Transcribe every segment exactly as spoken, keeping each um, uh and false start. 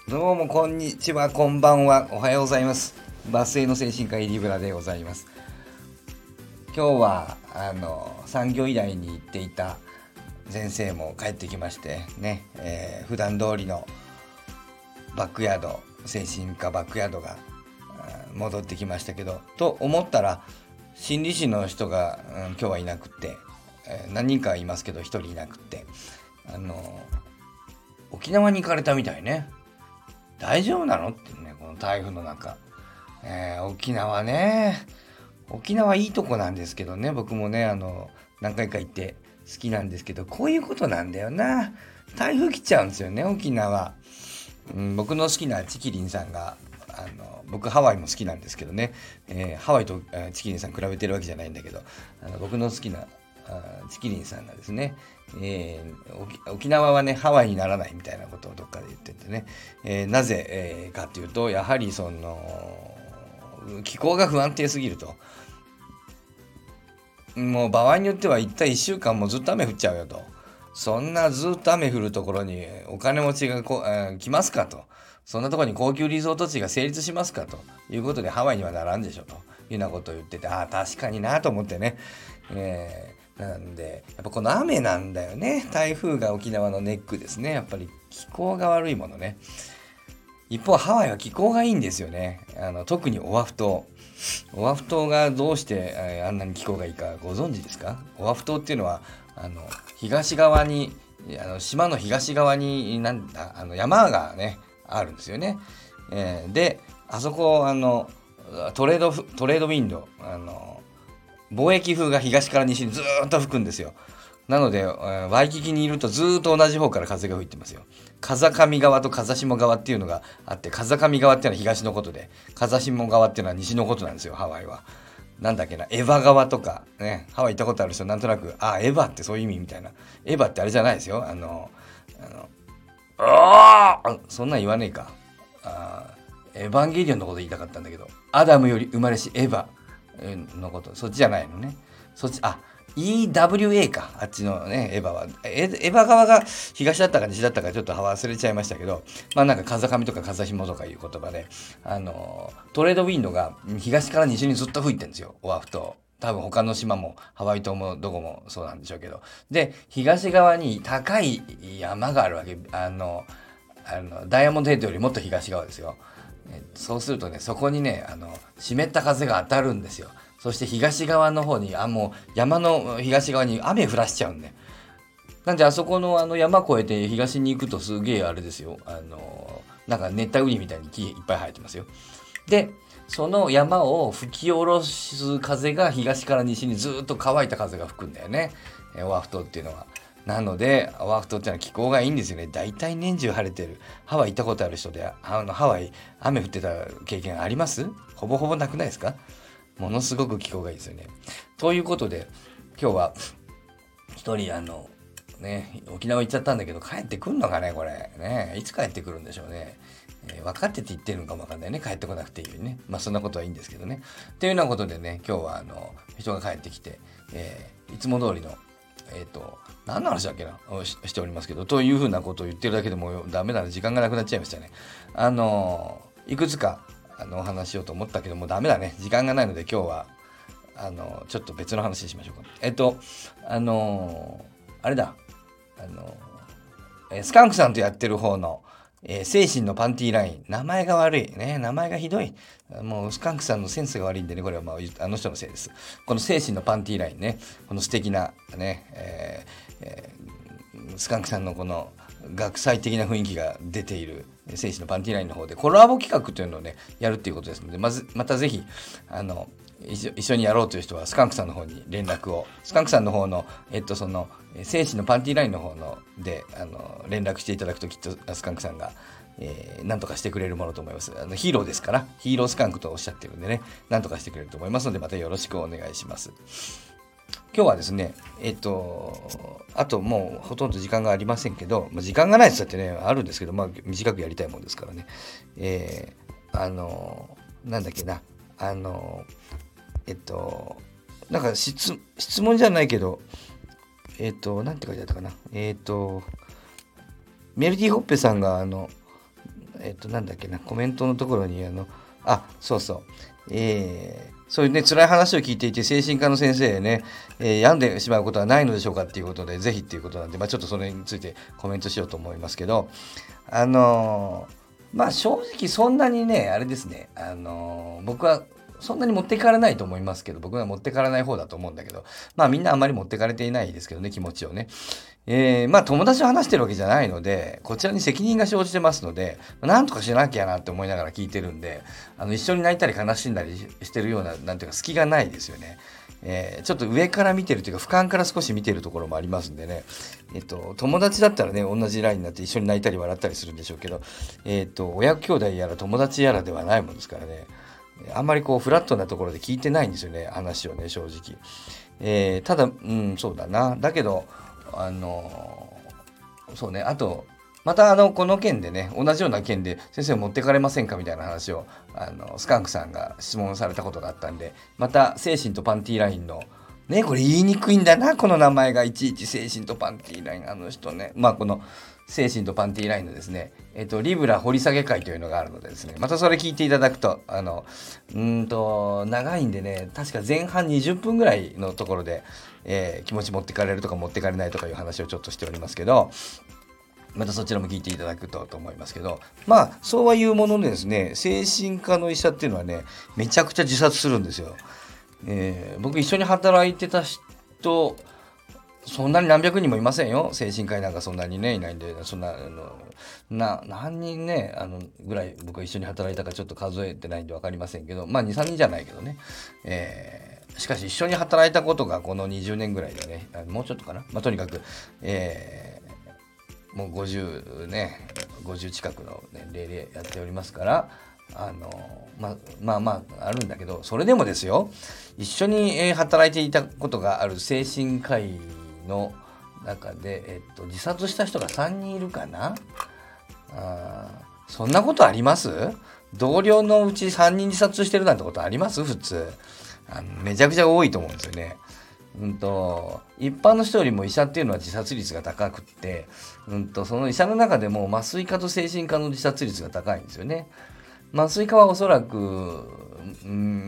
どうもこんにちは、こんばんは、おはようございます。バスへの精神科医リブラでございます。今日はあの産業医大に行っていた先生も帰ってきましてね、えー、普段通りのバックヤード、精神科バックヤードが戻ってきましたけど、と思ったら心理師の人が、うん、今日はいなくって、えー、何人かいますけど一人いなくって、あの沖縄に行かれたみたいね。大丈夫なのってね、この台風の中、えー、沖縄ね、沖縄いいとこなんですけどね、僕もねあの何回か行って好きなんですけど、こういうことなんだよな。台風来ちゃうんですよね、沖縄。うん、僕の好きなチキリンさんが、あの僕ハワイも好きなんですけどね、えー、ハワイと、えー、チキリンさん比べてるわけじゃないんだけど、あの僕の好きなチキリンさんがですね、えー、沖縄はねハワイにならないみたいなことをどっかで言っててね、えー、なぜ、えー、かっていうと、やはりその気候が不安定すぎると。もう場合によっては一体いっしゅうかんもずっと雨降っちゃうよと。そんなずっと雨降るところにお金持ちがこ、えー、来ますかと。そんなところに高級リゾート地が成立しますかということで、ハワイにはならんでしょというようなことを言ってて、ああ確かになと思ってね、えー、なんでやっぱこの雨なんだよね。台風が沖縄のネックですね。やっぱり気候が悪いものね。一方ハワイは気候がいいんですよね。あの特にオアフ島オアフ島がどうして、えー、あんなに気候がいいかご存知ですか？オアフ島っていうのはあの東側にあの島の東側になんだあの山がねあるんですよね。えー、であそこあのトレードトレードウィンドあの貿易風が東から西にずーっと吹くんですよ。なので、ワイキキにいるとずーっと同じ方から風が吹いてますよ。風上側と風下側っていうのがあって、風上側っていうのは東のことで、風下側っていうのは西のことなんですよ、ハワイは。なんだっけな、エヴァ側とか、ね、ハワイ行ったことある人なんとなく、あ、エヴァってそういう意味みたいな。エヴァってあれじゃないですよ。あの、あの、ああそんなん言わねえか。あエヴァンゲリオンのこと言いたかったんだけど、アダムより生まれしエヴァのこと、そっちじゃないのね。そっち、あ、イーダブリューエー か、あっちのね、エヴァは。エヴァ側が東だったか西だったかちょっと忘れちゃいましたけど、まあなんか風上とか風下とかいう言葉で、あの、トレードウィンドが東から西にずっと吹いてるんですよ、オアフ島。多分他の島もハワイ島もどこもそうなんでしょうけど。で、東側に高い山があるわけ。あの、あのダイヤモンドヘッドよりもっと東側ですよ。そうするとね、そこにね、あの湿った風が当たるんですよ。そして東側の方に、あ、もう山の東側に雨降らしちゃうんで。なんであそこのあの山越えて東に行くとすげえあれですよ。あの、なんか熱帯雨林みたいに木いっぱい生えてますよ。で、その山を吹き下ろす風が東から西にずっと乾いた風が吹くんだよね。オアフ島っていうのは。なので、オアフ島っていうのは気候がいいんですよね。大体年中晴れてる。ハワイ行ったことある人で、あのハワイ雨降ってた経験あります？ほぼほぼなくないですか？ものすごく気候がいいですよね。ということで、今日は一人あの、ね、沖縄行っちゃったんだけど、帰ってくんのかね、これ。ね、いつ帰ってくるんでしょうね。えー、分かってて言ってるのかもわかんないね。帰ってこなくていいね。まあそんなことはいいんですけどね。というようなことでね、今日はあの、人が帰ってきて、えー、いつも通りの、えっ、ー、と、何の話だっけなし、しておりますけど、というふうなことを言ってるだけでもダメだな、時間がなくなっちゃいましたね。あの、いくつか、あの、お話しようと思ったけども、ダメだね。時間がないので今日は、あの、ちょっと別の話にしましょうか。えっと、あの、あれだ、あの、えスカンクさんとやってる方の、えー、精神のパンティーライン。名前が悪い。ね。名前がひどい。もう、スカンクさんのセンスが悪いんでね、これはまあ、あの人のせいです。この精神のパンティーラインね。この素敵な、ね、えーえー、スカンクさんのこの学際的な雰囲気が出ている精神のパンティーラインの方でコラボ企画というのをね、やるっていうことですので、まず、またぜひ、あの、一緒にやろうという人はスカンクさんの方に連絡を、スカンクさんの方の、えっと、その、精神のパンティーラインの方ので、あの、連絡していただくときっとスカンクさんが、えー、なんとかしてくれるものと思います。あのヒーローですから、ヒーロースカンクとおっしゃってるんでね、なんとかしてくれると思いますので、またよろしくお願いします。今日はですね、えっと、あともうほとんど時間がありませんけど、まあ、時間がないって言ったってね、あるんですけど、まあ短くやりたいもんですからね。えー、あの、なんだっけな、あの、えっと、なんか質、質問じゃないけど、えっと、なんて書いてあったかな。えっと、メルティーホッペさんが、あの、 えっとなんだっけな、コメントのところにあのあそうそうえーそういうね辛い話を聞いていて精神科の先生ね、えー、病んでしまうことはないのでしょうかっていうことでぜひっていうことなんで、まあ、ちょっとそれについてコメントしようと思いますけど、あのー、まあ正直そんなにねあれですね、あのー、僕はそんなに持っていかれないと思いますけど、僕は持ってかれない方だと思うんだけど、まあみんなあんまり持ってかれていないですけどね、気持ちをね。えー、まあ友達と話してるわけじゃないので、こちらに責任が生じてますので、なんとかしなきゃなって思いながら聞いてるんで、あの一緒に泣いたり悲しんだりしてるような、なんていうか隙がないですよね。えー、ちょっと上から見てるというか俯瞰から少し見てるところもありますんでね、えっと、友達だったらね同じラインになって一緒に泣いたり笑ったりするんでしょうけど、えっと、親兄弟やら友達やらではないもんですからね、あんまりこうフラットなところで聞いてないんですよね、話をね正直。えー、ただうんそうだな、だけどあのー、そうね、あとまたあのこの件でね同じような件で先生持ってかれませんかみたいな話をあのスカンクさんが質問されたことがあったんで、また精神とパンティーラインのね、これ言いにくいんだなこの名前が、いちいち精神とパンティーライン、あの人ね、まあこの精神とパンティーラインのですね、えっとリブラ掘り下げ会というのがあるのでですね、またそれ聞いていただくとあのうんと長いんでね、確か前半にじゅっぷんぐらいのところで、えー、気持ち持ってかれるとか持ってかれないとかいう話をちょっとしておりますけど、またそちらも聞いていただくとと思いますけど、まあそうは言うものでですね、精神科の医者っていうのはねめちゃくちゃ自殺するんですよ。えー、僕一緒に働いてた人そんなに何百人もいませんよ、精神科医なんかそんなにねいないんで、そんなあのな何人ねあのぐらい僕は一緒に働いたかちょっと数えてないんで分かりませんけど、まあにさんにんじゃないけどね、えー、しかし一緒に働いたことがこのにじゅうねんぐらいでね、もうちょっとかな、まあ、とにかく、えー、もうごじゅうねごじゅう近くの年齢でやっておりますから、あのまあまあまああるんだけど、それでもですよ、一緒に働いていたことがある精神科医の中で、えっと、自殺した人がさんにんいるかな。あそんなことあります？同僚のうちさんにん自殺してるなんてことあります？普通あのめちゃくちゃ多いと思うんですよね。うんと一般の人よりも医者っていうのは自殺率が高くって、うんとその医者の中でも麻酔科と精神科の自殺率が高いんですよね。麻酔科はおそらく、うん、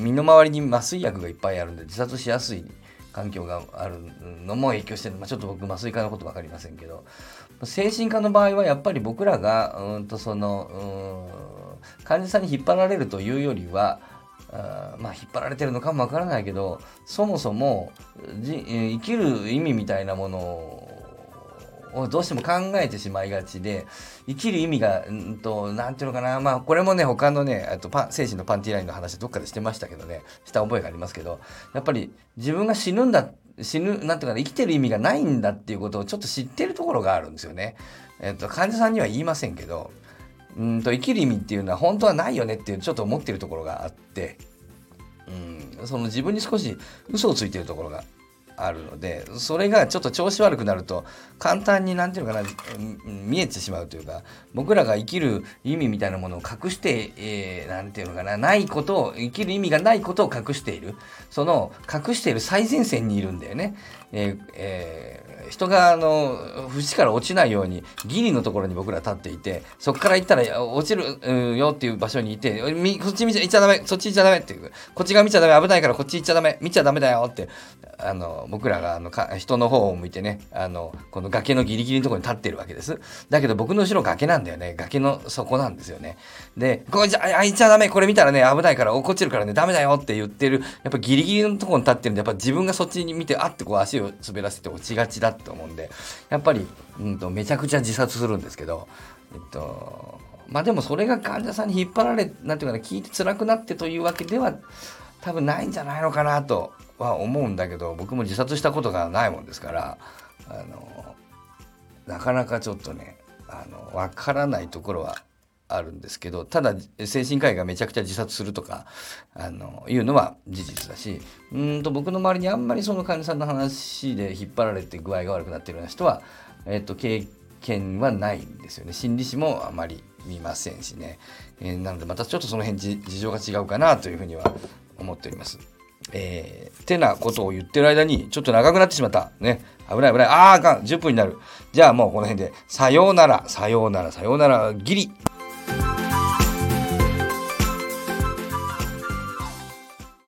身の回りに麻酔薬がいっぱいあるんで自殺しやすい環境があるのも影響してる、まあ、ちょっと僕麻酔科のこと分かりませんけど、精神科の場合はやっぱり僕らがうんとそのうん患者さんに引っ張られるというよりは、あまあ引っ張られてるのかもわからないけど、そもそもじ生きる意味みたいなものをどうしても考えてしまいがちで、生きる意味がんとなんていうのかな、まあこれもね他のねあとパン精神のパンティーラインの話どっかでしてましたけどね、した覚えがありますけど、やっぱり自分が死ぬんだ死ぬなんていうかな、生きてる意味がないんだっていうことをちょっと知ってるところがあるんですよね。えっと患者さんには言いませんけど、うんと生きる意味っていうのは本当はないよねっていうちょっと思ってるところがあって、うん、その自分に少し嘘をついてるところがあるので、それがちょっと調子悪くなると簡単になんていうのかな、見えてしまうというか、僕らが生きる意味みたいなものを隠して、えー、なんていうのかな、ないことを、生きる意味がないことを隠している、その隠している最前線にいるんだよね。えーえー人があの縁から落ちないようにギリのところに僕ら立っていて、そこから行ったら落ちるよっていう場所にいて、こっち見ちゃ行っちゃダメ、そっち行っちゃダメっていう、こっちが見ちゃダメ、危ないからこっち行っちゃダメ、見ちゃダメだよって、あの僕らがあのか人の方を向いてね、あのこの崖のギリギリのところに立ってるわけです。だけど僕の後ろ崖なんだよね、崖の底なんですよね。でこれじゃあ行っちゃダメ、これ見たらね危ないから落っこちるからねダメだよって言ってる、やっぱギリギリのところに立ってるんで、やっぱ自分がそっちに見てあってこう足を滑らせて落ちがちだと思うんで、やっぱり、うんと、めちゃくちゃ自殺するんですけど、えっとまあでもそれが患者さんに引っ張られなんていうかな、聞いて辛くなってというわけでは多分ないんじゃないのかなとは思うんだけど、僕も自殺したことがないもんですから、あのなかなかちょっとねあの分からないところはあるんですけど、ただ精神科医がめちゃくちゃ自殺するとかあのいうのは事実だし、うんと僕の周りにあんまりその患者さんの話で引っ張られて具合が悪くなっているような人は、えっと、経験はないんですよね。心理師もあまり見ませんしね、えー、なのでまたちょっとその辺事情が違うかなというふうには思っております。えー、てなことを言ってる間にちょっと長くなってしまったね。危ない危ない、あーあかん、じゅっぷんになる。じゃあもうこの辺でさようならさようならさようなら、ギリ。